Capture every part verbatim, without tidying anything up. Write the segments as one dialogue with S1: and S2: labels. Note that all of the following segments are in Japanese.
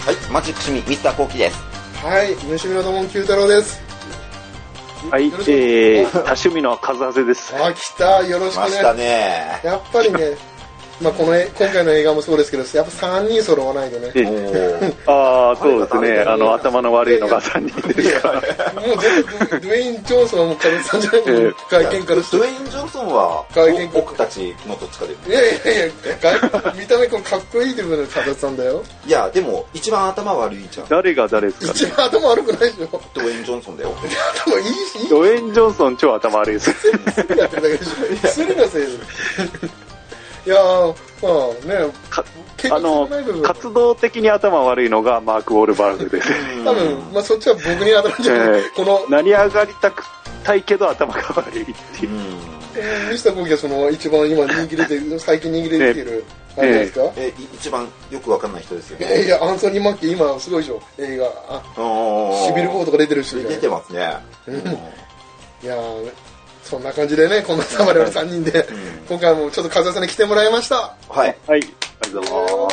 S1: はい、マジック趣味ミスターコウキです。
S2: はい、虫見のどもん九太郎です。
S3: はい、えー、多趣味の和瀬です。
S2: あ、来た、よろしくね。
S1: 来ましたね。
S2: やっぱりね、まあこの今回の映画もそうですけど、やっぱさんにん揃わないとね。
S3: ああ、そうですね。あの頭の悪いのがさんにんですから。
S2: もう全部ドゥエイン・ジョンソンはもう風さんじゃないの、えー、会見からして。
S1: ドゥエイン・ジョンソンは
S2: 会見
S1: 僕たちのどっちかで。
S2: いやいやいや、見た目このかっこいいというの風さんだよ。
S1: いやでも一番頭悪いじゃん。
S3: 誰が誰ですか、
S2: ね。一番頭悪くないでしょ。
S1: ドゥエイン・ジョンソンだよ。
S2: 頭いいし。
S3: ドゥエイン・ジョンソン超頭悪いです。
S2: スリやってるだけでしょ。スリのせいで。いやー、まあね、
S3: あの活動的に頭悪いのがマーク・ウォールバーグです。
S2: 多分、まあ、そっちは僕に当たるんじゃない、えー、この
S3: 成り上がりたくたいけど頭が悪いっていう。
S2: ミスターコウキはその一番今人気出てる最近人気出てるあれですか？
S1: えーえー、一番よくわかんない人ですよね。
S2: いやアンソニー・マッキー今すごいでしょ映画。あ、シビル・ウォーとか出てる人
S1: 出てますね。
S2: うん、いやー。そんな感じでね、こんな我々さんにんで、うん、今回もちょっと風さんに来てもらいました。
S1: はい。
S3: はい。ありがとうございます。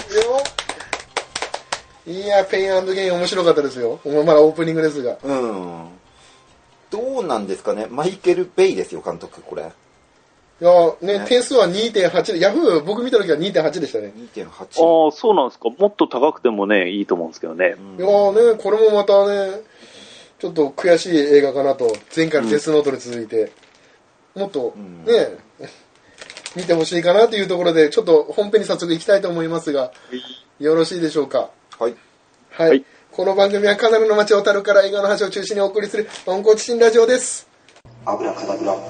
S2: いや、ペイン&ゲイン面白かったですよ。まだオープニングですが。
S1: うん。どうなんですかね、マイケル・ベイですよ、監督、これ。い
S2: や、ね、ね点数は にてんはち で、ヤフー、僕見た時は にてんはち でしたね。
S1: にてんはち。
S3: ああ、そうなんですか。もっと高くてもね、いいと思うんですけどね。
S2: うん、いやね、これもまたね、ちょっと悔しい映画かなと。前回のデスノートに続いて。うんもっとね、うん、見てほしいかなというところでちょっと本編に早速行きたいと思いますが、よろしいでしょうか。
S1: はい、
S2: はい、はい、この番組はカナルの街小樽から映画の話を中心にお送りする温厚知新ラジオです。
S1: アブラカダブラ。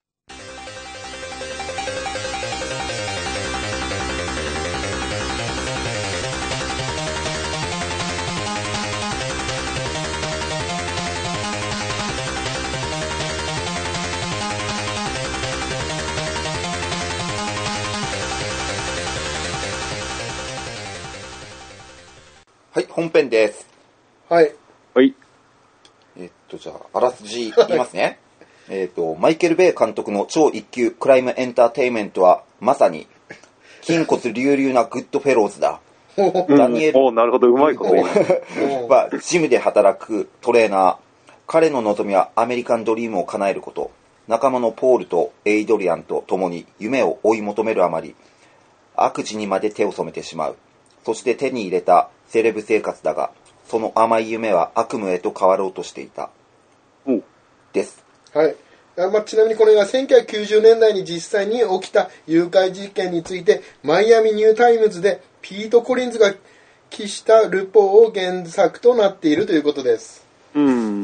S1: はい、本編です。
S2: はい。
S3: はい。
S1: えっと、じゃあ、あらすじ言いますね。えっと、マイケル・ベイ監督の超一級クライムエンターテインメントは、まさに、筋骨隆々なグッドフェローズだ。
S3: ダニエル。おなるほど、うまいこと言う。
S1: は、ジムで働くトレーナー。彼の望みはアメリカンドリームを叶えること。仲間のポールとエイドリアンと共に夢を追い求めるあまり、悪事にまで手を染めてしまう。そして手に入れたセレブ生活だが、その甘い夢は悪夢へと変わろうとしていた。
S3: うん、
S1: です。
S2: はい。まあ、ちなみにこれがせんきゅうひゃくきゅうじゅうねんだいに実際に起きた誘拐事件について、マイアミニュータイムズでピート・コリンズが記したルポを原作となっているということです。
S3: うん。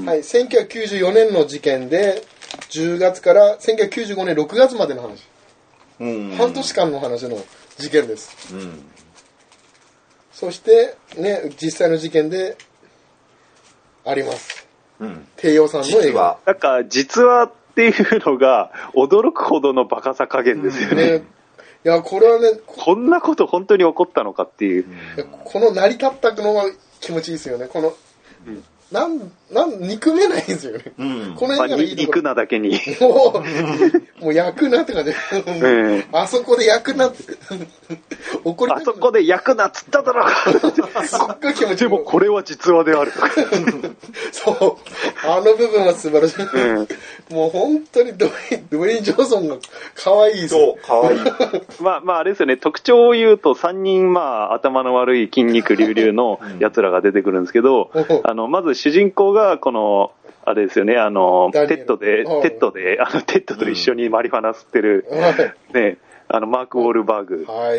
S2: はい。せんきゅうひゃくきゅうじゅうよねんの事件で、じゅうがつからせんきゅうひゃくきゅうじゅうごねんろくがつまでの話。
S1: うん。
S2: 半年間の話の事件です。
S1: うん。
S2: そしてね、実際の事件であります。
S1: うん。
S2: 低陽さんの映画。
S3: なんか実話っていうのが驚くほどのバカさ加減ですよね。
S2: うん、ねいやこれはね、
S3: こんなこと本当に起こったのかっていう。
S2: うん、この成り立ったのが気持ちいいですよね。この、うんなんなん憎めないんですよね。
S1: うん、
S2: この映画のいいところ。
S3: 憎なだけに。
S2: もうもう焼くなって感じ。えー、あそこで焼くなって。
S3: 怒りあそこで焼くなっつっただろ。
S2: すっごい気持ちいい。
S3: でもこれは実話である。
S2: そう。あの部分は素晴らしい。うん、もう本当にドウェイン、ドウェイン・ジョンソンが可愛いです
S1: よ。そう、可愛い。
S3: まあまああれですよね。特徴を言うとさんにんまあ頭の悪い筋肉隆々の奴らが出てくるんですけど、うん、あのまず主人公がこのあれですよね、あのテッドでテッドであのテッドと一緒にマリファナ吸ってる、うん、ねあのマーク・ウォールバーグ、
S2: はい、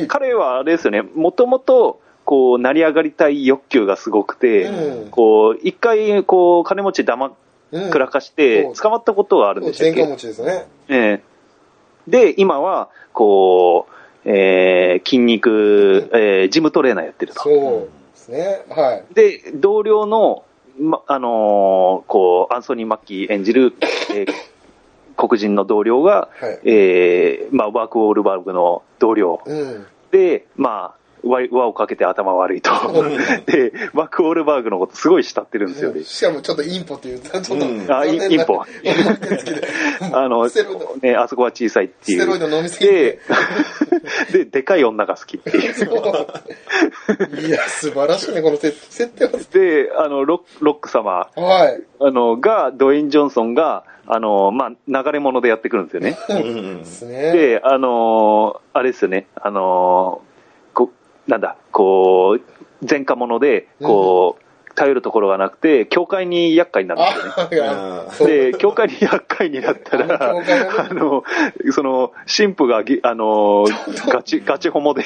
S3: 彼はあれですよね、もともとこう成り上がりたい欲求がすごくて、うん、こう一回こう金持ちだまくらかして捕まったことがあるんでしたっけ？
S2: 前科持ちですね。
S3: えー、で今はこう、えー、筋肉、えー、ジムトレーナーやってると。
S2: そうですね。はい。
S3: で同僚のま、あのー、こうアンソニー・マッキー演じる、えー、黒人の同僚が、はい、えーまあ、ワーク・ウォールバーグの同僚、
S2: うん、
S3: で、まあ、輪, 輪をかけて頭悪いとでワーク・ウォールバーグのことすごい慕ってるんですよね。
S2: しかもちょっとインポっていうちょっと、うん、
S3: あインポあの、ね、あそこは小さいっていう
S2: ステロイド飲みすぎて
S3: で、でかい女が好きっていう。
S2: いや、素晴らしいね、この設定は。
S3: で、あの、ロック様、
S2: はい。
S3: あの、が、ドウェイン・ジョンソンが、あの、まあ、流れ物でやってくるんですよね。
S2: ですね。
S3: で、あの、あれですよね、あの、こなんだ、こう、前科者で、こう、うん頼るところがなくて、教会に厄介になるんですよね。で、教会に厄介になったら、あの、その、神父が、あの、ガチ、ガチホモで、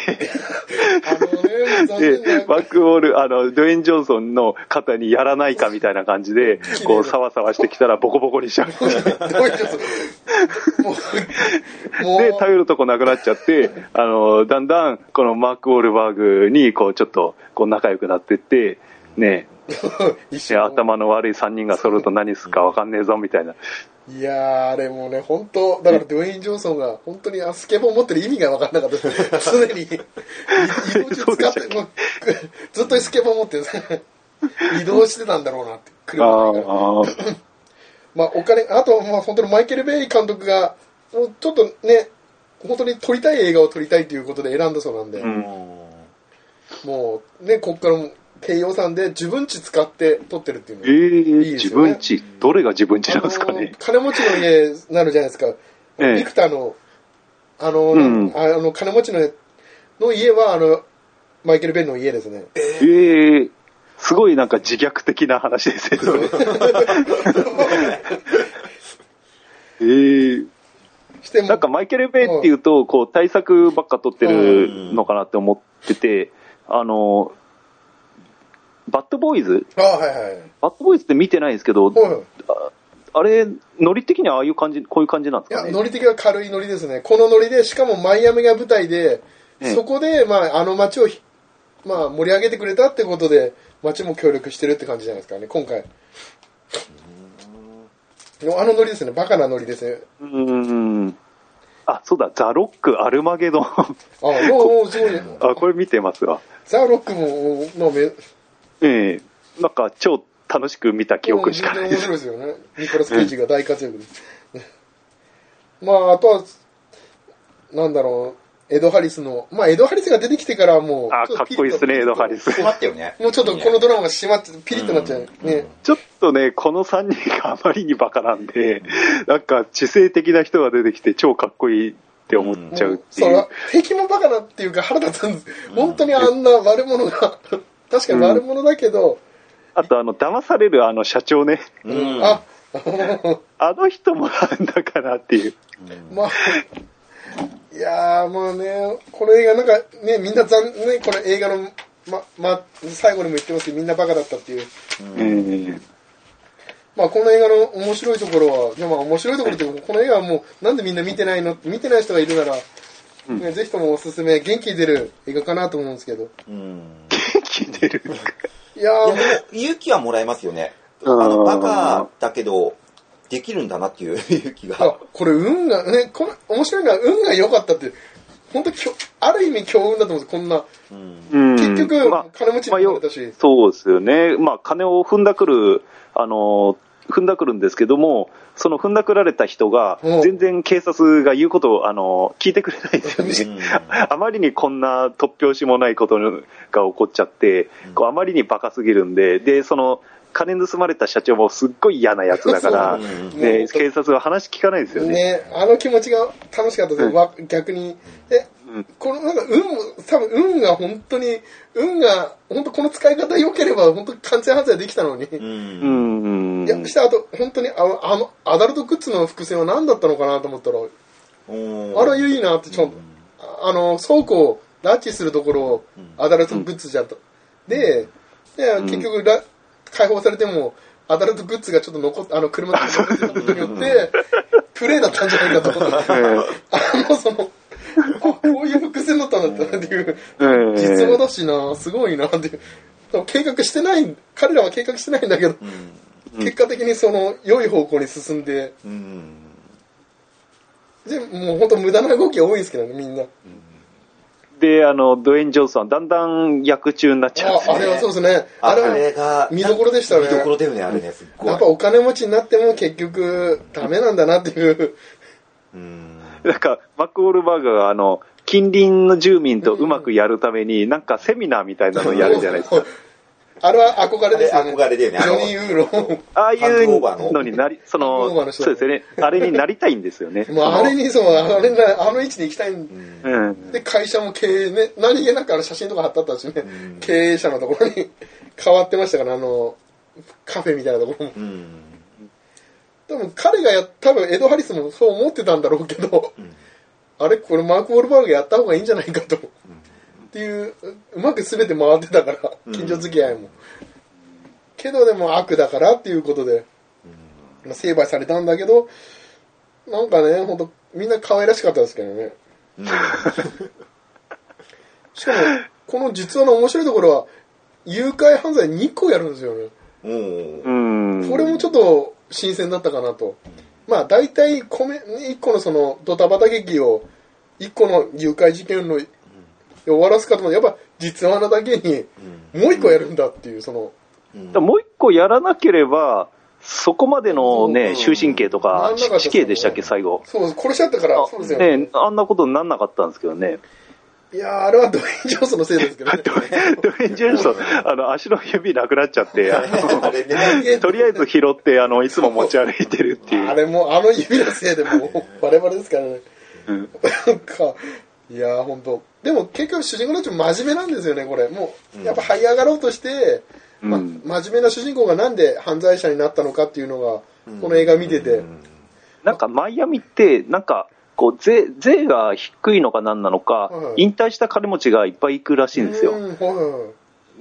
S3: で、バックボール、あの、ドゥエイン・ジョンソンの肩にやらないかみたいな感じで、こう、サワサワしてきたらボコボコにしちゃう。で、頼るとこなくなっちゃって、あの、だんだん、このマーク・ウォールバーグに、こう、ちょっと、こう、仲良くなってって、ね頭の悪いさんにんが揃うと何するか分かんねえぞみたいな。
S2: いやー、あれもね、本当だからドゥエイン・ジョンソンが本当にあスケボー持ってる意味が分からなかったです。常に移動中使ってもうずっとスケボー持ってる移動してたんだろうなって車ないから。まあお金あとまあ本当にマイケル・ベイ監督がもうちょっとね本当に撮りたい映画を撮りたいということで選んだそうなんで、うん、もうねこっからも低予算で自分家使って撮ってるっていうの、
S3: えー、いいですよね。自分家どれが自分家なんですかね。
S2: 金持ちの家になるじゃないですか、えー、ビクターのあの、うん、あの金持ちのの家はあのマイケル・ベンの家ですね。
S3: えー、すごいなんか自虐的な話ですね。えーしてもなんかマイケル・ベイっていうとこう対策ばっか撮ってるのかなって思ってて、あのバッドボーイズ、
S2: あ、はいはい、
S3: バッドボーイズって見てないんですけど、はいはい、あ, あれノリ的にはああいう感じこういう感じなんですかね。
S2: いやノリ的には軽いノリですね。このノリでしかもマイアミが舞台で、ええ、そこで、まあ、あの街を、まあ、盛り上げてくれたってことで街も協力してるって感じじゃないですかね今回。あのノリですね。バカなノリですね。
S3: うーん。あ、そうだ、ザ・ロック・アルマゲドン。あ、
S2: もうすごい。
S3: あ、これ見てますわ。
S2: ザ・ロックも、まあ、め
S3: ええー、なんか超楽しく見た記憶しかないです。
S2: 面白いですよね。ニコラス・ケイジが大活躍です。まあ、あとは、なんだろう。エド・ハリスの、まあ、エド・ハリスが出てきてからもう、
S3: あ、かっこいいですね、エド・ハリス。
S1: 閉まったよね。
S2: もうちょっとこのドラマが閉まって、ピリッとなっちゃうね、うんうん。
S3: ちょっとね、このさんにんがあまりにバカなんで、なんか知性的な人が出てきて超かっこいいって思っちゃうっていう。うん、
S2: そう敵もバカなっていうか腹立つんです。本当にあんな悪者が、確かに悪者だけど。うん、
S3: あと、あの、騙されるあの社長ね。
S2: うん、あ
S3: あの人もなんだかなっていう。
S2: まあいやーもうね、この映画なんかね、みんな残念、この映画の、ま、ま、最後にも言ってますけど、みんなバカだったっていう。うん、まあこの映画の面白いところは、じゃあまあ面白いところっていうか、この映画はもう、なんでみんな見てないの見てない人がいるなら、うん、ね、ぜひともおすすめ、元気出る映画かなと思うんですけど。
S3: うん、元気出る
S2: いやー、
S1: いやでも勇気はもらえますよね。あの、バカだけど、できるんだなっていう勇気が。
S2: あ、これ運がね、この面白いのは運が良かったって本当ある意味強運だと思うんです。こんな、うん、結局、まあ、金持ちになれたし、まあ、
S3: そうですよね。まあ金を踏んだくるあの踏んだくるんですけども、その踏んだくられた人が全然警察が言うことをあの聞いてくれないですよね。あまりにこんな突拍子もないことが起こっちゃって、こうあまりにバカすぎるんで、でその金盗まれた社長もすっごい嫌なやつだから、ね、警察は話聞かないですよね。
S2: ね、あの気持ちが楽しかったですよ、うん、逆に。え、うん、このなんか運も、多分運が本当に、運が、本当この使い方良ければ、本当に完全発売できたのに。うん。いや、してあと、本当にあの、あの、アダルトグッズの伏線は何だったのかなと思ったら、あれいいなって、ちょっと、あの、倉庫を拉致するところをアダルトグッズじゃと。で、で結局ラ、解放されてもアダルトグッズがちょっと残ってあの車に残ってたことによってプレイだったんじゃないかと思ってあのそのあこういう伏線だったんだったっていう実話だしなすごいなっていう計画してない彼らは計画してないんだけど、うん、結果的にその良い方向に進んで、うん、でもう本当無駄な動きが多いんですけどねみんな。うん
S3: で、あの、ドウェイン・ジョンソンはだんだん役中になっちゃう、ね。
S2: あ、あれはそうですね。あれが見どころでしたね。
S1: 見どころだよね、あれね。すっごい。
S2: やっぱお金持ちになっても結局ダメなんだなっていう。
S3: うん。なんか、マック・ウォールバーガーがあの、 近隣の住民とうまくやるために、なんかセミナーみたいなのをやるじゃないですか。
S2: あれは憧れですよね。
S1: 憧れだよね。
S2: ジョニー・ウーロン。
S3: ああいうのになり、その、そうですよね。あれになりたいんですよね。
S2: もうあれに、そう、あれな、あの位置に行きたいん、
S3: うん、
S2: で、会社も経営ね、何気なくあの写真とか貼ってあったんですよね。うん、経営者のところに変わってましたから、あの、カフェみたいなところも。うん、多分彼がや、多分エド・ハリスもそう思ってたんだろうけど、うん、あれ、これマーク・ウォルバーグやった方がいいんじゃないかと。っていう、うまく全て回ってたから、近所付き合いも。うん、けどでも悪だからっていうことで、うん、成敗されたんだけど、なんかね、ほんとみんな可愛らしかったですけどね。うん、しかも、この実話の面白いところは、誘拐犯罪にこやるんですよね。うん、これもちょっと新鮮だったかなと。まあ大体コメ、いっこのそのドタバタ劇を、いっこの誘拐事件の終わらすかと思って、やっぱ実話なだけに、もういっこやるんだっていう、その、
S3: うん、もう一個やらなければ、そこまでのね、終身刑とか、死刑でしたっけ、最後。
S2: そう、殺しちゃったから、そうですよね。
S3: ね、あんなことになんなかったんですけどね。
S2: いやー、あれはドウェイン・ジョンソンのせいですけどね。
S3: ドウェイン・ジョンソン、あの、足の指なくなっちゃって、あのとりあえず拾って、あの、いつも持ち歩いてるっていう。
S2: あれも、あの指のせいでもう、バレバレですからね。うん、なんか、いやー、ほんと。でも結局主人公たちも真面目なんですよね、これ。もう、やっぱ這い上がろうとして、うんま、真面目な主人公がなんで犯罪者になったのかっていうのが、この映画見てて。
S3: なんかマイアミって、なんか、こう税、税が低いのか何なのか、はいはい、引退した金持ちがいっぱい行くらしいんですよ。はいはい、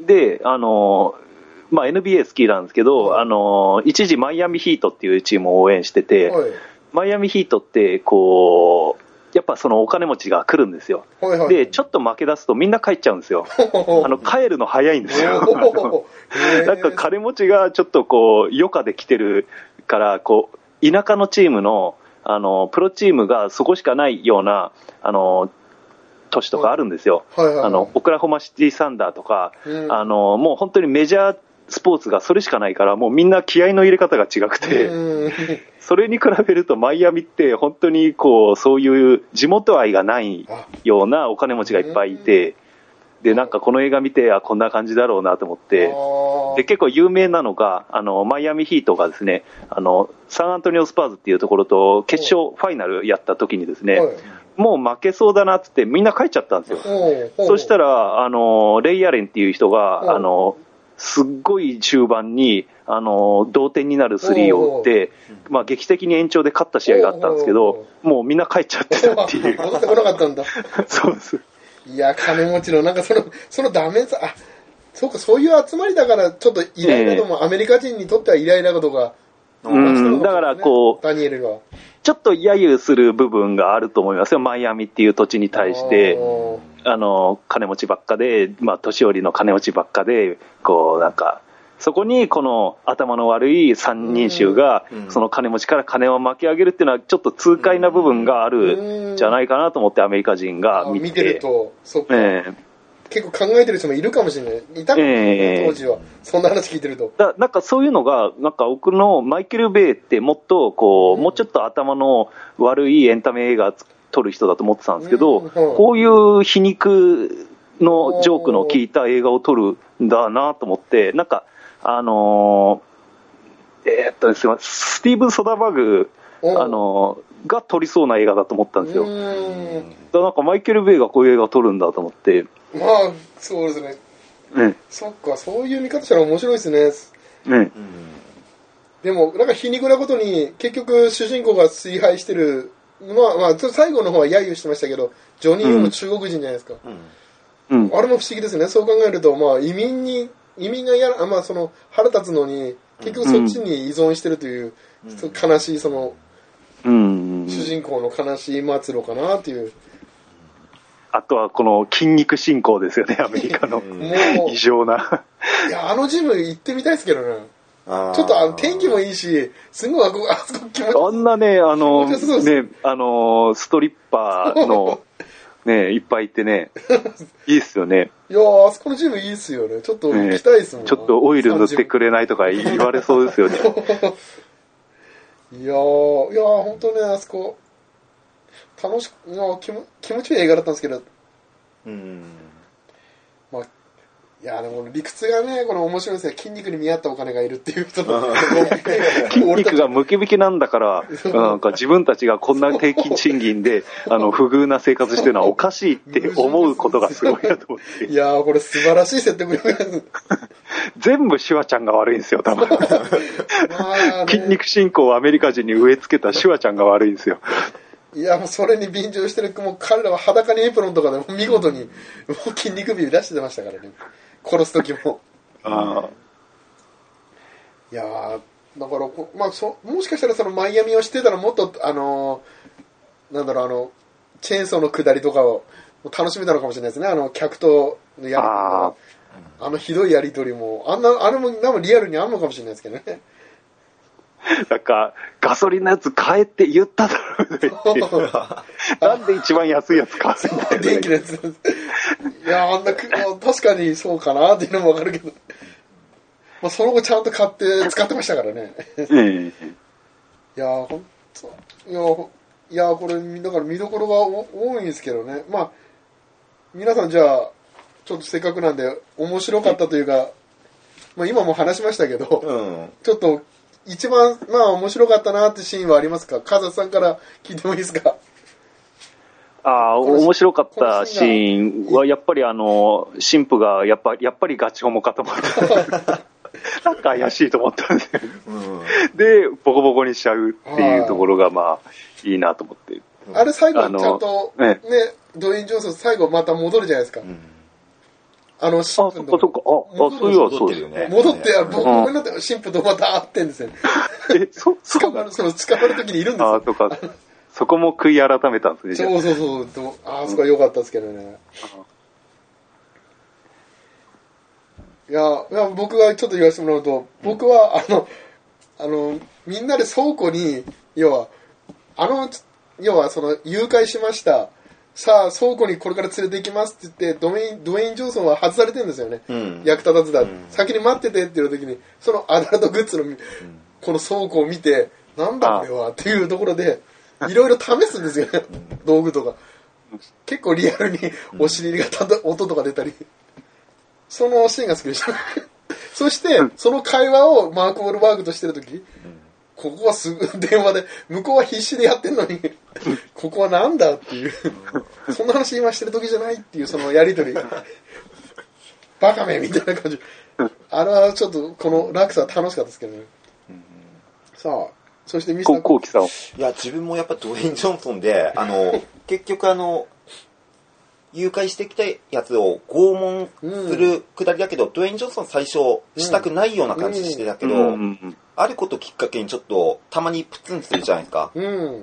S3: で、あの、まあ、エヌビーエー 好きなんですけど、はい、あの、一時マイアミヒートっていうチームを応援してて、はい、マイアミヒートって、こう、やっぱそのお金持ちが来るんですよ。はいはい、で、ちょっと負け出すとみんな帰っちゃうんですよ。あの、帰るの早いんですよ。なんか金持ちがちょっとこう、余暇で来てるから、こう、田舎のチームの、あの、プロチームがそこしかないような、あの、都市とかあるんですよ。はいはいはい、あの、オクラホマシティサンダーとか、うん、あの、もう本当にメジャースポーツがそれしかないから、もうみんな気合の入れ方が違くて、うん、それに比べるとマイアミって本当にこう、そういう地元愛がないようなお金持ちがいっぱいいて、で、なんかこの映画見て、あ、こんな感じだろうなと思って、で、結構有名なのが、あの、マイアミヒートがですね、あの、サンアントニオスパーズっていうところと決勝ファイナルやった時にですね、もう負けそうだなってってみんな帰っちゃったんですよ。そしたら、あの、レイ・アレンっていう人が、あの、すっごい終盤に、あの、同点になるスリーを打って、まあ劇的に延長で勝った試合があったんですけど、もうみんな帰っちゃってたっていう。
S2: 戻ってこなかったんだ。
S3: そうです。
S2: いや、金持ちの、なんかその、そのダメさ、あ、そうか、そういう集まりだから、ちょっとイライラ度も、アメリカ人にとってはイライラ度が、
S3: うん、だからこう、
S2: ダニエルは。
S3: ちょっと揶揄する部分があると思いますよ、マイアミっていう土地に対して、あの、金持ちばっかで、まあ、年寄りの金持ちばっかで、こう、なんか、そこにこの頭の悪い三人衆が、その金持ちから金を巻き上げるっていうのは、ちょっと痛快な部分があるんじゃないかなと思って、アメリカ人が見て。
S2: 見てると、そっか。えー結構考えてる人もいるかもしれない。いたもんね、えー、当時は。そんな話聞いてると。
S3: だなんかそういうのが、なんか僕のマイケル・ベイってもっとこう、うん、もうちょっと頭の悪いエンタメ映画撮る人だと思ってたんですけど、うんうん、こういう皮肉のジョークの効いた映画を撮るんだなと思って、なんか、あのー、えー、っとですね、スティーブン・ソダーバーグ、あのー、が撮りそうな映画だと思ったんですよ。うんだなんかマイケル・ベイがこういう映画を撮るんだと思って。
S2: まあ、そうですね。うん。そっか、そういう見方したら面白いですね。うん。でも、なんか皮肉なことに、結局主人公が崇拝してるのは、まあ、最後の方は揶揄してましたけど、ジョニーも中国人じゃないですか。うん。あれも不思議ですね。そう考えると、まあ、移民に、移民がやら、まあ、その、腹立つのに、結局そっちに依存してるという、うん、悲しい、その、うん、主人公の悲しい末路かなっていう。
S3: あとはこの筋肉進行ですよね、アメリカの。もう異常な。
S2: いや、あのジム行ってみたいですけどね。ちょっとあの天気もいいし、すごいあそこ気持ちいい。
S3: あんなね、あの、ね、あの、ストリッパーの、ね、いっぱいいてね、いいっすよね。
S2: いやー、あそこのジムいいっすよね。ちょっと行きたいっすもん、
S3: ね。ちょっとオイル塗ってくれないとか言われそうですよね。
S2: いやー、いやー、ほんとね、あそこ。 楽しく、まあ、気も気持ちいい映画だったんですけど、
S1: うん。
S2: まあ、いやでも理屈がね、この面白いですね。筋肉に見合ったお金がいるっていう人の
S3: 筋肉がムキムキなんだから、なんか自分たちがこんな平均賃金で、あの、不遇な生活してるのはおかしいって思うことがすごいなと思って。
S2: いやー、これ素晴らしい説得力です。
S3: 全部シュワちゃんが悪いんですよ、多分。まあ、筋肉振興をアメリカ人に植え付けたシュワちゃんが悪いんですよ。
S2: いや、もうそれに便乗してる、もう彼らは裸にエプロンとかでも見事に、もう筋肉美出してましたからね。殺す時も。
S3: ああ。
S2: いやー、だから、まあそ、もしかしたらそのマイアミを知ってたらもっと、あのー、なんだろう、あの、チェーンソーの下りとかを楽しめたのかもしれないですね。あの、客とのやりとりあ, あのひどいやりとりも、あんな、あれも、なんもリアルにあんのかもしれないですけどね。なん
S3: か、ガソリンのやつ買えって言っただろうね。なんで一番安いやつ買うんだよ、ね。
S2: 電気のやつ。いや、あんな、確かにそうかなっていうのもわかるけど。まあ、その後ちゃんと買って使ってましたからね。いや、ほんと、いや、いや、これ、だから見どころが多いんですけどね。まあ、皆さんじゃあ、ちょっとせっかくなんで、面白かったというか、まあ今も話しましたけど、うん、ちょっと、一番、まあ面白かったなってシーンはありますか？カズさんから聞いてもいいですか？
S3: ああ、面白かったシーンは、やっぱりあの、神父が、やっぱ、やっぱりガチホモかと思った。なんか怪しいと思ったんで、うん、で、ボコボコにしちゃうっていうところが、まあ、いいなと思って。
S2: あれ最後、ちゃんと、ね、ね、ドウェイン・ジョンソン最後また戻るじゃないですか。うん、あの、神父の。
S3: あ、そっか、あ、あ、そういえばそうですよね。
S2: 戻って、僕、ごめんなさい、神父とまた会ってんですよね。
S3: え、そ、
S2: 捕まる、その、捕まる時にいるんですよ。
S3: あ、とか、そこも悔い改めたんですね。
S2: そうそうそう。あ、そこは良かったですけどね。いや、いや僕がちょっと言わせてもらうと、僕は、あの、あの、みんなで倉庫に、要は、あの、要はその、誘拐しました。さあ、倉庫にこれから連れて行きますって言って、ドウェイン、ドウェイン・ジョンソンは外されてるんですよね。うん、役立たずだ、うん。先に待っててっていう時に、そのアダルトグッズの、うん、この倉庫を見て、なんだこれはっていうところで、いろいろ試すんですよね。道具とか。結構リアルにお尻がただ音とか出たり。そのシーンが好きでした。そして、その会話をマーク・ウォルバーグとしてる時、ここはすぐ電話で、向こうは必死でやってんのに、ここはなんだっていう、そんな話今してる時じゃないっていうそのやりとり。バカめみたいな感じ。あれはちょっとこの落差は楽しかったですけどね。さあ、そしてミスター
S3: コウキさん。い
S1: や、自分もやっぱドウェイン・ジョンソンで、あの、結局あの、誘拐してきたやつを拷問するくだりだけど、うん、ドウェイン・ジョンソン最初したくないような感じしてたけど、うんうん、あることきっかけにちょっとたまにプツンするじゃないですか。うん、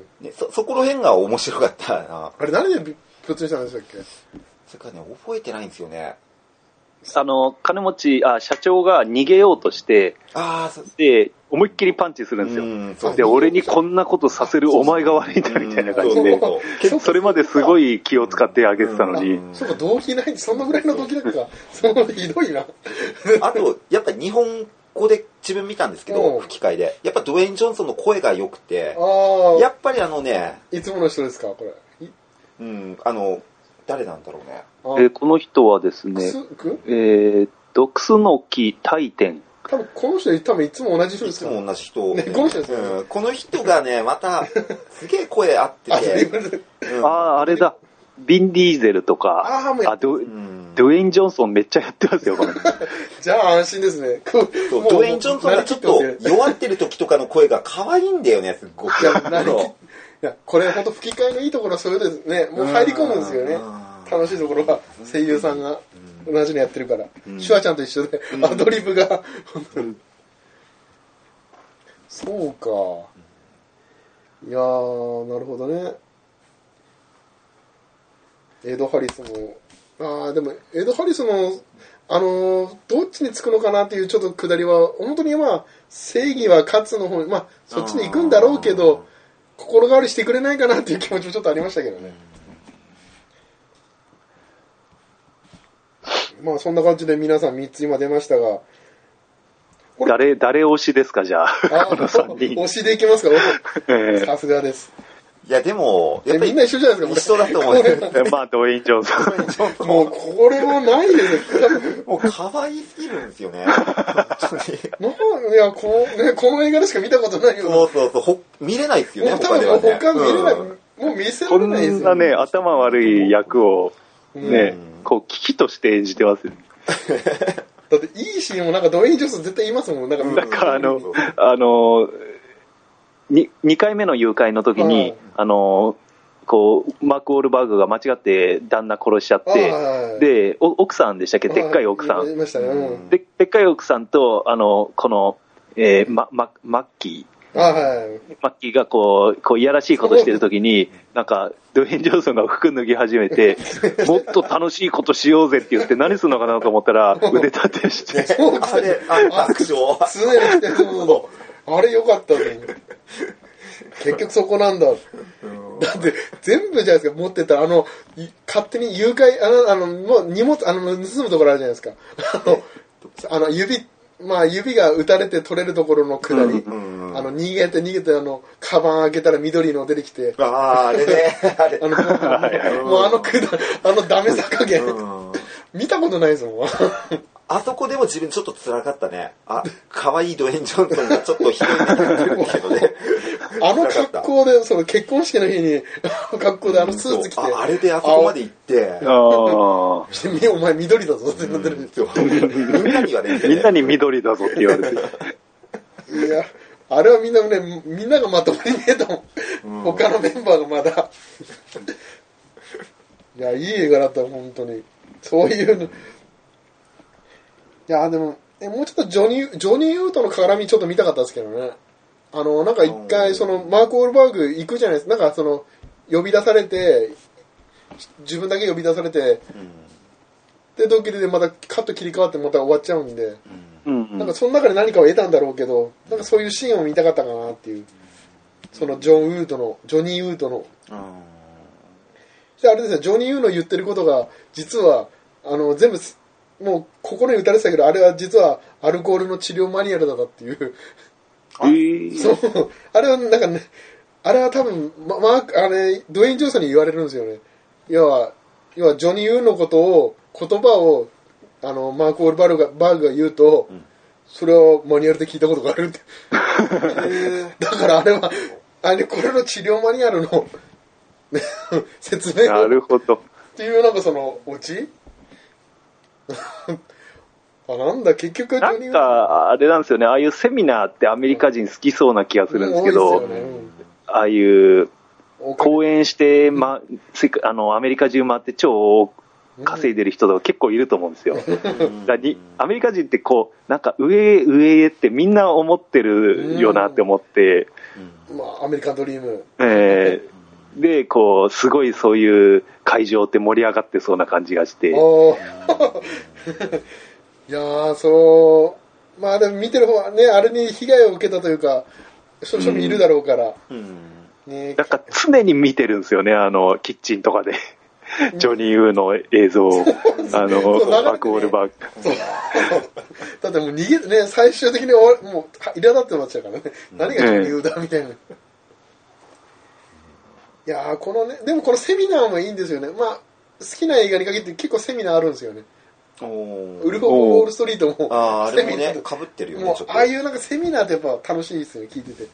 S1: で そ, そこの辺が面白かったな。
S2: あれ何でプツンしたんでしたっけ？
S1: それからね、覚えてないんですよね。
S3: あの、金持ち、あ、社長が逃げようとして、あで、思いっきりパンチするんですよ。うんそうで、俺にこんなことさせるお前が悪いんだみたいな感じで、それまですごい気を使ってあげてたのに。
S2: そうか、動機ない、そんなぐらいの動機だったか。そのひどいな。
S1: あと、やっぱり日本語で自分見たんですけど、吹き替えで。やっぱドウェイン・ジョンソンの声が良くて、やっぱりあのね、
S2: いつもの人ですか、これ。
S1: うん、あの、誰なんだろうね。
S3: えー、この人はですね、えー、っと、楠木大天。
S2: 多分この人多分いつも同じ人です
S1: か、ね、いつも同じ人、
S2: ね、この人ですね、
S1: うん、この人がねまたすげえ声合ってて
S3: あああれだビン・ディーゼルとかああド、うん、ドウェイン・ジョンソンめっちゃやってますよこれ
S2: じゃあ安心ですね。
S1: ドウェイン・ジョンソンがちょっと弱ってる時とかの声が可愛いんだよねすっごく。い
S2: やこれ本当吹き替えのいいところはそれですね。もう入り込むんですよね。楽しいところは声優さんが同じのやってるから、うん、シュワちゃんと一緒で、うん、アドリブが、うん、そうか、いやーなるほどね。エド・ハリスもあーでもエド・ハリスもあのー、どっちにつくのかなっていうちょっとくだりは本当にまあ正義は勝つの方にまあそっちに行くんだろうけど心変わりしてくれないかなっていう気持ちもちょっとありましたけどね。まあそんな感じで皆さんみっつ今出ましたが、
S3: 誰誰推しですかじゃあ。あ
S2: 推しでいきますか。さすがです。
S1: いいや、でも、やっぱり
S2: みんな一緒じゃないですか。
S1: 一緒だと思うんですよ。
S3: まあ、ドウェイン・ジョンソン。
S2: もう、これもないですよ。
S1: もう、可愛すぎるんですよね。本当に。
S2: いや、この、ね、この映画でしか見たことないよ。
S1: そうそうそう。ほ見れないですよね、
S2: もう多分、
S1: 他ではね。
S2: 他見れない。
S1: うん、
S2: もう見せら
S3: こ
S2: れないですよ。
S3: んなね、頭悪い役を、ね、
S1: うん、
S3: こう、危機として演じてますよ。
S2: だって、いいシーンもなんかドウェイン・ジョンソン絶対言いますもん。なんか、
S3: なんかあの、あの、に、にかいめの誘拐の時に、あの、こう、マーク・ウォールバーグが間違って旦那殺しちゃって、で、奥さんでしたっけ、でっかい奥さん。
S2: いましたね、うん、
S3: で、でっかい奥さんと、あの、この、えー、ま、ま、マッキー。
S2: あ、はい、
S3: マッキーがこう、こう、いやらしいことしてる時に、なんか、ドウェイン・ジョンソンが服脱ぎ始めて、もっと楽しいことしようぜって言って何するのかなと思ったら、腕立てして。
S1: あれ、あれ、アクション。
S2: 常に来てるの。あれよかったね。結局そこなんだ。だって全部じゃないですか、持ってたら、あの、勝手に誘拐、あの、あのもう荷物、あの、盗むところあるじゃないですか。あの、あの指、まあ指が打たれて取れるところの下り、うんうん、あの、逃げて逃げて、あの、カバン開けたら緑の出てきて。
S1: ああ、あれね。あれ。
S2: あの、もうあの下り、あのダメさ加減、見たことないですもん。
S1: あそこでも自分ちょっと辛かったね。あ、可愛いドウェイン・ジョンソンがちょっとひどい目になってるんだけどね。
S2: あの格好で、その結婚式の日に、あの格好であのスーツ着て。
S1: あ, あれであそこまで行って。
S3: ああ。
S2: お前緑だぞってなってるんですよ。
S1: みんなに言われて、
S3: ね。みんなに緑だぞって言われて。
S2: いや、あれはみんなね、みんながまともに見えたもん。うん、他のメンバーがまだ。いや、いい映画だった、本当に。そういうの。いやでもえもうちょっとジョニー・ジョニー・ウーとの絡みちょっと見たかったですけどね。あのなんか一回そのマーク・ウォールバーグ行くじゃないですか。なんかその呼び出されて自分だけ呼び出されて、うん、でドッキリでまたカット切り替わってまた終わっちゃうんで、うんうん、なんかその中で何かを得たんだろうけど、なんかそういうシーンを見たかったかなっていう。そのジョン・ウーとのジョニー・ウーとの。うん、であれですね、ジョニー・ウーの言ってることが実はあの全部もう心に打たれてたけど、あれは実はアルコールの治療マニュアルだったっていう。
S3: えー、
S2: そう。あれはなんかね、あれは多分、ま、マーク、あれ、ドウェイン・ジョンソンに言われるんですよね。要は、要はジョニー・ウーのことを、言葉を、あの、マーク・ウォールバーグが、バーグが言うと、うん、それをマニュアルで聞いたことがあるって。だからあれは、あれ、これの治療マニュアルの説明
S3: なるほど。
S2: っていうなんかその、オチあ、なんだ結局
S3: なんかあれなんですよね、ああいうセミナーってアメリカ人好きそうな気がするんですけど、うんねうん、ああいう講演して、ま、あのアメリカ中回って超稼いでる人とか結構いると思うんですよ。だにアメリカ人ってこうなんか上へ上へってみんな思ってるよなって思って、
S2: うんまあ、アメリカンドリーム、
S3: えーでこうすごいそういう会場って盛り上がってそうな感じがしてい
S2: やーそうまあでも見てる方はねあれに被害を受けたというか少々いるだろうから、うんうん
S3: ね、なんか常に見てるんですよね、あのキッチンとかでジョニー・ウーの映像をあのマーク・ウォールバーグ
S2: だってもう逃げてね最終的に終わもう苛立ってましたからね、うん、何がジョニー・ウーだみたいな、いやーこのねでもこのセミナーもいいんですよね。まあ好きな映画に限って結構セミナーあるんですよね。おウルフ・オブ・ウォール・ストリートも
S1: ああれもね被ってるよね。
S2: もうああいうなんかセミナーってやっぱ楽しいですよね聞いてて。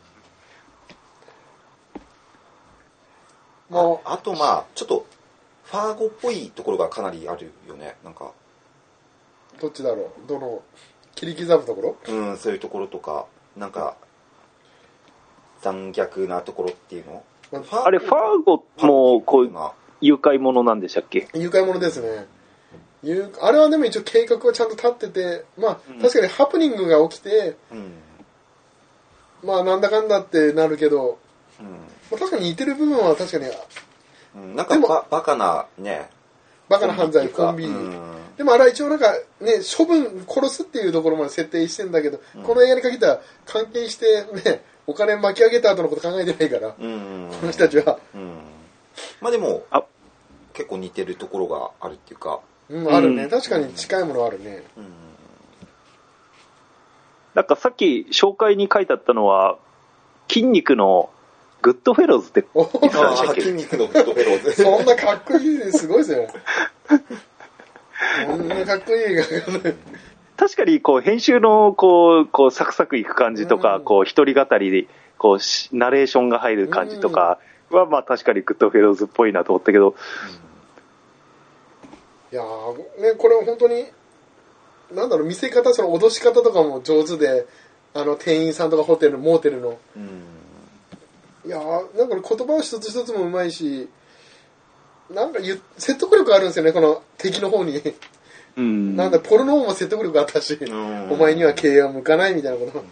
S1: もう あ, あとまあちょっとファーゴっぽいところがかなりあるよね。なんか
S2: どっちだろうどの切り刻むところ
S1: うんそういうところとかなんか残虐なところっていうの
S3: あれファーゴもこう誘拐者なんでしたっけ。
S2: 誘拐者ですね。あれはでも一応計画はちゃんと立っててまあ、うん、確かにハプニングが起きて、うん、まあなんだかんだってなるけど、うんまあ、確かに似てる部分は確かに、
S1: うん、なんかババカなね
S2: バカな犯罪コンビ、うん、でもあれは一応なんかね処分殺すっていうところまで設定してんだけど、うん、この映画に限ったら関係してねお金巻き上げた後のこと考えてないから、うん、この人たちは、うん、
S1: まあでもあ結構似てるところがあるっていうか、
S2: うん、あるね、確かに近いものあるね、うん、
S3: なんかさっき紹介に書いてあったのは筋肉のグッドフェローズって言ってたんでしたっけ？
S1: 筋肉のグッドフェローズ。
S2: そんなかっこいいです、すごいですよ。そんなかっこいい映画が
S3: 確かにこう編集のこうこうサクサクいく感じとか、うん、こう一人語りでこうナレーションが入る感じとかは、まあ確かにグッドフェローズっぽいなと思ったけど、うん、
S2: いやーね、これは本当になんだろう、見せ方、その脅し方とかも上手で、あの店員さんとかホテルモーテルの、うん、いやーなんか言葉を一つ一つもうまいし、なんか説得力あるんですよね、この敵の方に。うん、なんだポルノ方も説得力あったし、うん、お前には敬遠は向かないみたいなこと、うん、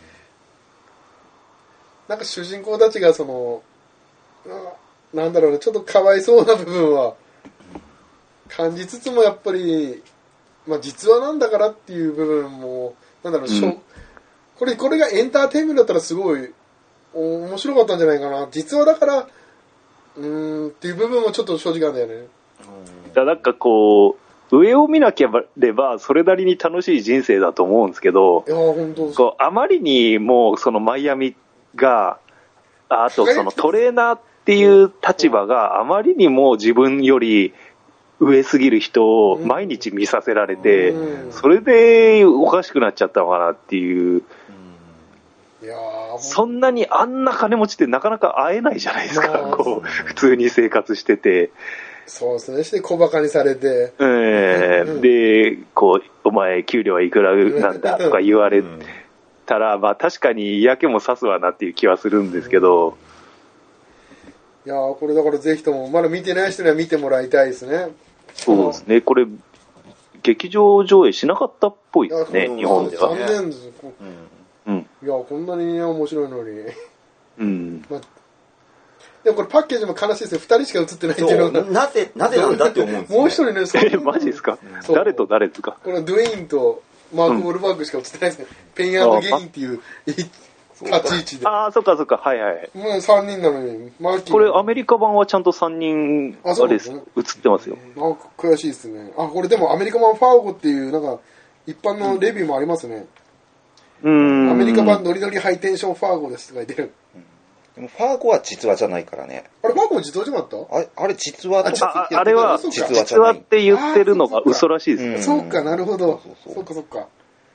S2: なんか主人公たちがそのなんだろうね、ちょっとかわいそうな部分は感じつつも、やっぱり、まあ、実話なんだからっていう部分もなんだろう、うん、これこれがエンターテインメントだったらすごい面白かったんじゃないかな。実話だからうーんっていう部分もちょっと正直なんだよね。
S3: だなんかこう上を見なければそれなりに楽しい人生だと思うんですけど、
S2: いや本当
S3: こうあまりにもうそのマイアミが、あとそのトレーナーっていう立場があまりにも自分より上すぎる人を毎日見させられて、それでおかしくなっちゃったのかなっていう。いやそんなにあんな金持ちってなかなか会えないじゃないですか、こう普通に生活してて。
S2: そうですね、して小馬鹿にされて、
S3: えー、でこうお前給料はいくらなんだとか言われたら、まあ確かに嫌気もさすわなっていう気はするんですけど、
S2: いやーこれだからぜひともまだ見てない人には見てもらいたいですね。
S3: そうですね、これ劇場上映しなかったっぽいですね、日本では。
S2: 残念です、うん、いやこんなに、ね、面白いのに、
S3: うん、
S2: まあでもこれパッケージも悲しいですよ。ふたりしか映ってないっていうのが。
S1: なぜ、なぜなんだって思うんですよ、ね。
S2: もう一人ね、
S3: え、マジですか？誰と誰ですか？
S2: このドゥエインとマーク・ウォルバーグしか映ってないですね。うん、ペン&ゲインっていう立ち位置で。
S3: ああ、そっかそっか、はいはい。
S2: もうさんにんなのに、
S3: マーキー。これアメリカ版はちゃんとさんにん、あれです、ね、映ってますよ。
S2: なんか悔しいですね。あ、これでもアメリカ版ファーゴっていう、なんか、一般のレビューもありますね。
S3: うん。
S2: アメリカ版ノリノリハイテンションファーゴですって書いてる。
S1: でもファーゴは実話じゃないからね。
S2: あれファーゴも実話じゃなかった？
S1: あれ、あれ実話と
S3: かあ、あれは実話実話って言ってるのが嘘らしいですね。
S2: そうか、なるほど。そうかそうか。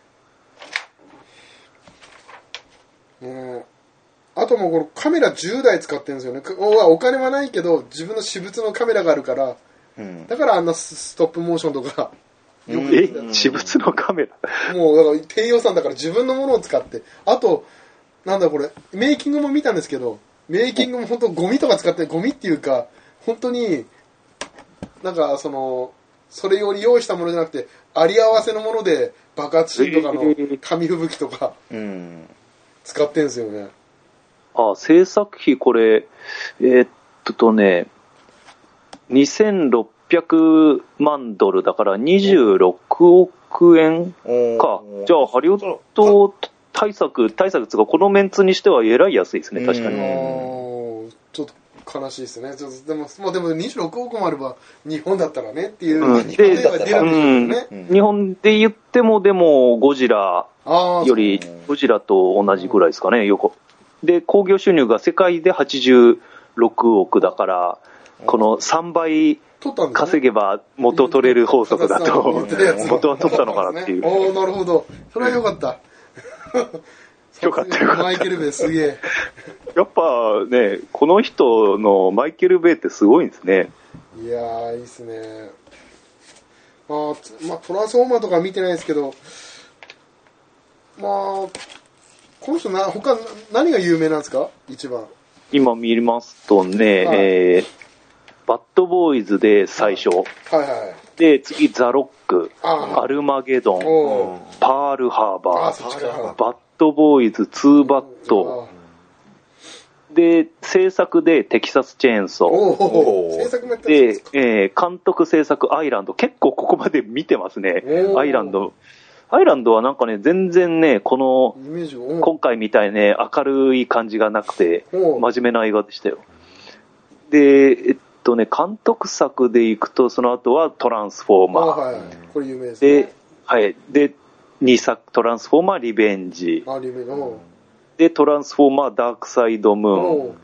S2: ね、あともうこのカメラじゅうだい使ってるんですよね。お金はないけど自分の私物のカメラがあるから、うん、だからあんなストップモーションとか。
S3: よくえ私物のカメ
S2: ラもうだから低予算だから自分のものを使って、あとなんだこれメイキングも見たんですけど、メイキングも本当ゴミとか使って、ゴミっていうか本当になんかそのそれを利用したものじゃなくてあり合わせのもので爆発シーンとかの紙吹雪とか使ってんですよね。
S3: あ、制作費これえー、っとねにせんろっぴゃくまんドルだからにじゅうろくおくえんか。じゃあハリウッド対策対策つかこのメンツにしてはえらい安いですね、確かに。
S2: ちょっと悲しいですね。でも、まあ、でもにじゅうろくおくもあれば日本だったらねっていう、
S3: うん、でで出るんでしょうね、うん、日本で言ってもでもゴジラよりゴジラと同じぐらいですかね、横で興行収入が世界ではちじゅうろくおくだから、このさんばい稼げば元取れる法則だと元は取ったのかなっていう。
S2: おお、なるほど、それはよかった
S3: よかったよかった。
S2: マイケル・ベイすげえ。
S3: やっぱね、この人のマイケル・ベイってすごいんですね。
S2: いやーいいっすね。まあ、まあ、トランスフォーマーとか見てないですけど、まあこの人な他何が有名なんですか一番。
S3: 今見ますとね、はい、えー、バッドボーイズで最初、
S2: はいはい、
S3: で次ザ・ロック、アルマゲドン、パールハーバー、バッドボーイズツーバットで制作でテキサスチェーンソー
S2: 制作もやって
S3: るんですか。で、えー、監督制作アイランド、結構ここまで見てますね。アイランドアイランドはなんかね全然ねこの今回みたいね明るい感じがなくて真面目な映画でしたよ。でえっとね監督作でいくとその後はトランスフォーマー、
S2: はい、これ有名ですね。
S3: で、はい、でにさくトランスフォーマーリベンジ、
S2: あリベンジ
S3: でトランスフォーマーダークサイドムーン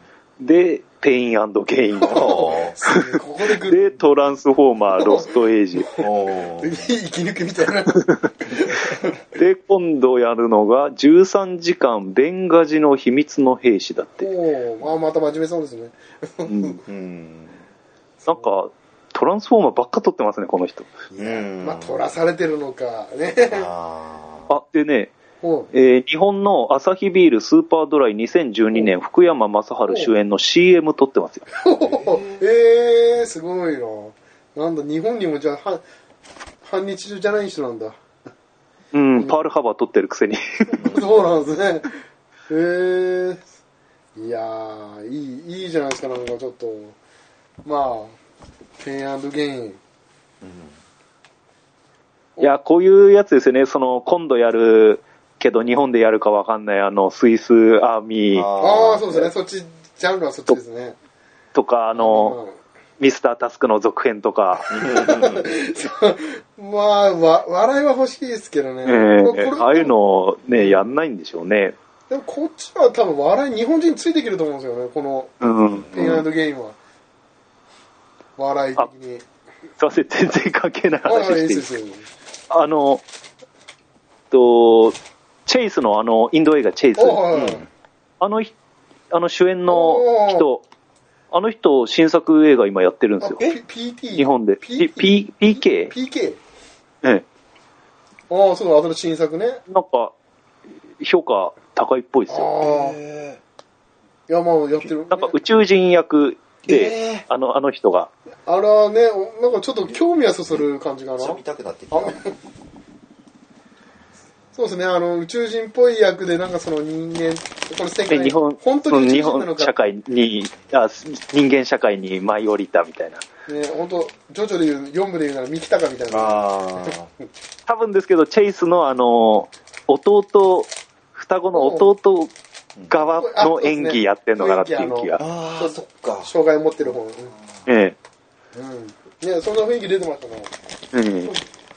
S3: で、ペイン&ゲイン。
S2: ここで来る。
S3: で、トランスフォーマー、ロストエイジ。
S2: 息抜きみたいな。
S3: で、今度やるのが、じゅうさんじかん、ベンガジの秘密の兵士だって。
S2: おー、あ、また真面目そうですね。
S3: うん。なんか、トランスフォーマーばっか撮ってますね、この人。
S2: うん。まあ、撮らされてるのか、ね。
S3: あ、でね、えー、日本のアサヒビールスーパードライにせんじゅうにねん福山雅治主演の シーエム 撮ってますよ。
S2: えー、すごいな。なんだ、日本にもじゃあ、反日じゃない人なんだ。
S3: うん、パールハバー撮ってるくせに。
S2: そうなんですね。えー、いやー、いい、いいじゃないですか、なんかちょっと。まあ、ペン&ゲイン。うん、
S3: いや、こういうやつですよね、その、今度やる、けど日本でやるかわかんないあのスイスアーミー。
S2: ああ、そうですね。そっち、ジャンルはそっちですね。
S3: とか、あの、ミスタータスクの続編とか。
S2: まあ、わ、笑いは欲しいですけどね。え
S3: ー、ああいうのね、やんないんでしょうね。
S2: でもこっちは多分笑い、日本人ついてきると思うんですよね、この、ペン&ゲインは。笑い的に。
S3: すいません、全然関係ない話していい。あの、と、チェイスのあの、インド映画チェイス。はいはい、あの、あの主演の人、あの人、新作映画今やってるんですよ。
S2: え ピーティー?
S3: 日本で。P、P、ピーケー?
S2: ピーケー?
S3: ええ。
S2: ああ、そうだ、あとの新作ね。
S3: なんか、評価高いっぽいですよ。
S2: へいや、まあ、やってる、ね。
S3: なんか宇宙人役で、あの、あの人が。
S2: あらね、なんかちょっと興味はそそる感じかな。
S1: 見たくなってきた。
S2: そうですね、あの、宇宙人っぽい役で、なんかその人間、この世界、
S3: 日本、
S2: 本当に宇宙人なのか。
S3: 日本社会にあ、人間社会に舞い降りたみたいな。
S2: ね、本当ジョジョで言う、よん部で言うなら三木鷹みたいな。
S1: あ
S3: 多分ですけど、チェイスのあの、弟、双子の弟側の演技やってんのかなっていう気が。
S1: ああ、そっか。
S2: 障害持ってる方。うん、
S3: ええ。
S2: うん。ね、そんな雰囲気出てましたね。うん。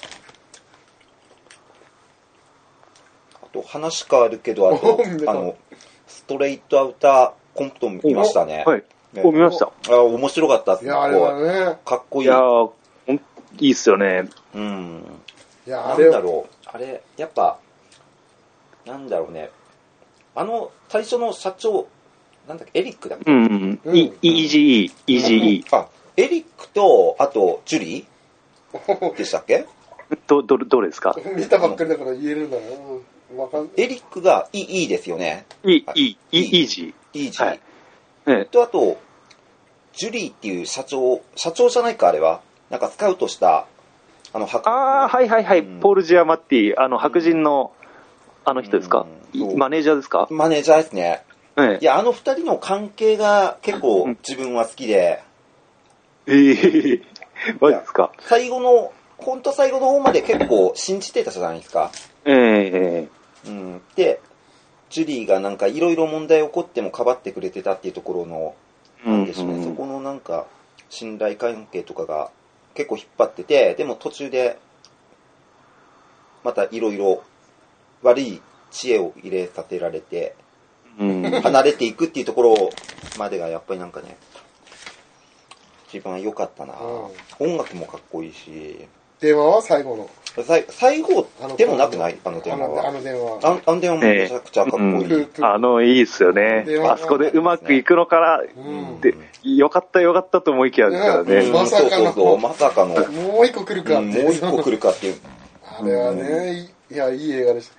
S1: 話変わるけど、あと、あの、ストレートアウターコンプトン見ましたね。
S3: はい。ね、お、見ました。
S1: あ、面白かったっす。
S2: いや、あれはね。
S1: かっこいい。
S3: いやいいっすよね。
S1: うん。
S2: いや、
S1: なんだろう。あれ、やっぱ、なんだろうね。あの、最初の社長、なんだっけ、エリックだっけ。
S3: うん、うん。イージーイー、イージーイー。
S1: あ、エリックと、あと、ジュリーでしたっけ
S3: ど、どれ、どれですか？
S2: 見たばっかりだから言えるんだな。わかん
S1: エリックがいい、いいですよね。
S3: いい、いい、いい、イージ
S1: ー。イージー。はい。
S3: ええ。
S1: と、あと、ジュリーっていう社長、社長じゃないか、あれは。なんかスカウトした、あの、白
S3: ああ、はいはいはい、うん。ポール・ジアマッティ、あの、白人の、あの人ですか、うん、マネージャーですか？
S1: マネージャーですね。
S3: ええ。
S1: いや、あの二人の関係が結構自分は好きで。
S3: ええー、マジですか？
S1: 最後の、ほんと最後の方まで結構信じてたじゃないですか。
S3: ええ
S1: ー。うん。で、ジュリーがなんかいろいろ問題起こってもかばってくれてたっていうところの、なんでしょうね、うんうん、そこのなんか信頼関係とかが結構引っ張ってて、でも途中でまたいろいろ悪い知恵を入れさせられて、うん、離れていくっていうところまでがやっぱりなんかね、一番良かったな、うん、音楽もかっこいいし。
S2: 電話は最後の
S1: 最後でもなくない？あの電話は。
S2: あの電話。
S1: あの電話もめちゃくちゃかっこいい。えー
S3: うん、あの、いいっすよね。あそこでうまくいくのから、うん、で、よかったよかったと思いきやですからね。
S2: うん、まさかの。
S1: そうそうそうまさかの。
S2: もう一個来るかって、
S1: うん。もう一個来るかっていう。
S2: あれはね、いや、いい映画でした。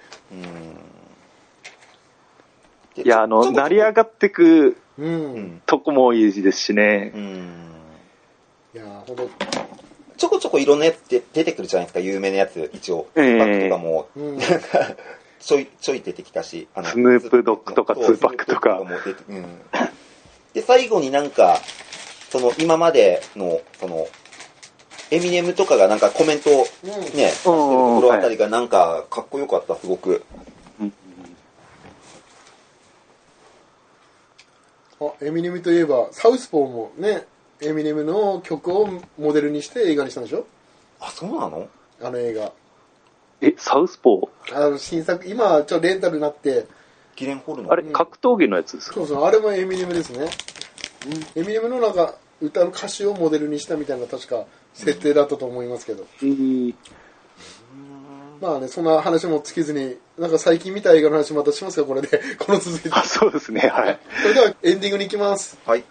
S3: うん、いや、あの、成り上がってくとこもいいですしね。うん、
S2: いや、ほんと。
S1: ちょこちょこいろんなやつで出てくるじゃないですか、有名なやつ、一応。えー、バックとかも、うん、なんか、ちょい、ちょい出てきたし。
S3: あのスヌープドッグとかツーパックとか。
S1: も出て、うん。で、最後になんか、その、今までの、その、エミネムとかがなんかコメントをね、うん、出してるところあたりがなんか、かっこよかった、すごく。うん
S2: あ、エミネムといえば、サウスポーもね、エミネムの曲をモデルにして映画にしたんでしょ？
S1: あ、そうなの？
S2: あの映画。
S3: え、サウスポー？
S2: あの新作、今ちょっとレンタルになって。
S1: ギレンホルの
S3: あれ、格闘技のやつですか？
S2: そうそう、あれもエミネムですね。 エミネムのなんか歌の歌詞をモデルにしたみたいな確か設定だったと思いますけど、
S3: うん、
S2: まあね、そんな話も尽きずに、なんか最近見た映画の話またしますか、これで。この続きで。
S3: あ、そうですね、はい。
S2: それではエンディングに行きます。
S1: はい。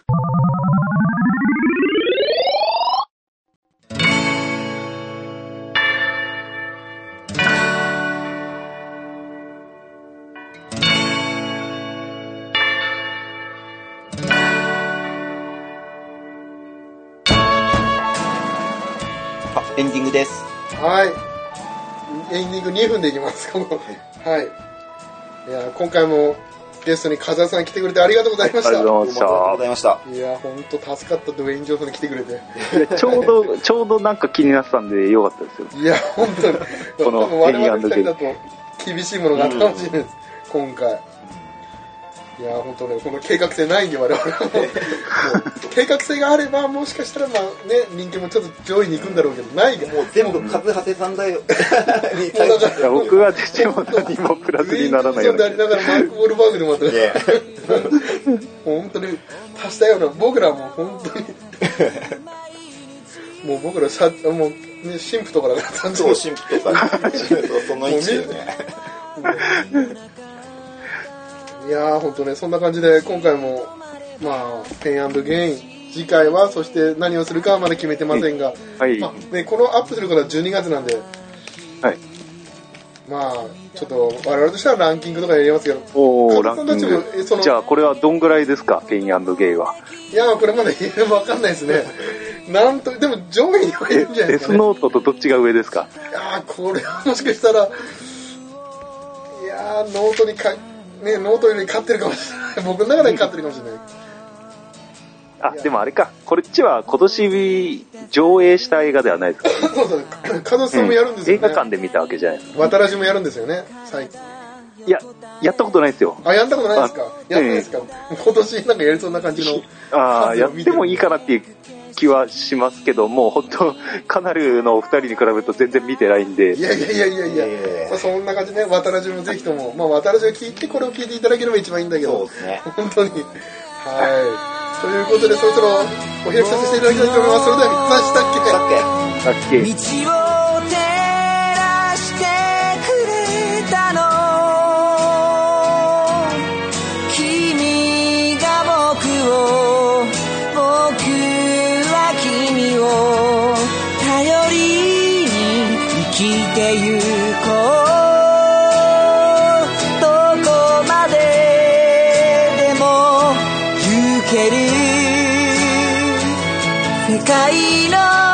S1: エンディングです。
S2: はい。エンディングにふんでいきます。はい。はい。いや、今回もゲストに風間さん来てくれてありがとうございました。
S3: ありがとうございました。
S2: いや、本当助かった、ドウェイン・ジョンソンに来てくれて。
S3: ちょうど、ちょうどなんか気になってたんでよかったですよ。
S2: いや、本当に。
S3: この
S2: 我々二人だと厳しいものがあったかもしれないです。うん、今回。いや本当ね、この計画性ないんで我々はもう計画性があればもしかしたらまあね人気もちょっと上位に行くんだろうけどないけど
S1: もう全部勝長谷さんだよ
S3: いや僕は出ても何もプラスにならないような
S2: でありながらマーク・ウォルバーグでもあった本当に足したような僕らはもう本当にもう僕らさもうね神父とかだから
S1: そう神父とかその位置でね
S2: いやー本当ねそんな感じで今回もまあペン&ゲイン次回はそして何をするかはまだ決めてませんが、
S3: はい
S2: まあね、このアップするからじゅうにがつなんで、
S3: はい、
S2: まあちょっと我々としてはランキングとかやりますけど
S3: おランキングじゃあこれはどんぐらいですかペン&ゲイはい
S2: やこれまだ分かんないですねなんとでも上位にはいるんじゃないですか、ね、
S3: デスノートとどっちが上ですか
S2: いやこれはもしかしたらいやノートにかね、ノートより勝ってるかもしれない僕の中で勝ってるかもしれない
S3: あでもあれかこっちは今年上映した映画ではないですか、ね、
S2: そうそう加藤さんもやるんですよね、
S3: うん、映画館で見たわけじゃないですか
S2: 渡らじもやるんですよね最近
S3: いややったことないですよ
S2: あやったことないですかやってないですか、えー、今年なんかやりそうな感じの
S3: ああやってもいいかなっていう気はしますけどもう本当カナルのお二人に比べると全然見てないんで
S2: いやいやいやいやいや、えーまあ、そんな感じで、ね、渡らじもぜひとも、まあ、渡らじを聞いてこれを聞いていただければ一番いいんだけど
S1: そうですね
S2: 本当にはいということでそろそろお開きさせていただきたいと思いますそれでは皆さんしたっけ
S3: したっけ
S4: 道を照らしてくれたの君が僕を僕は君を頼りに生きてゆこうどこまででも行ける世界の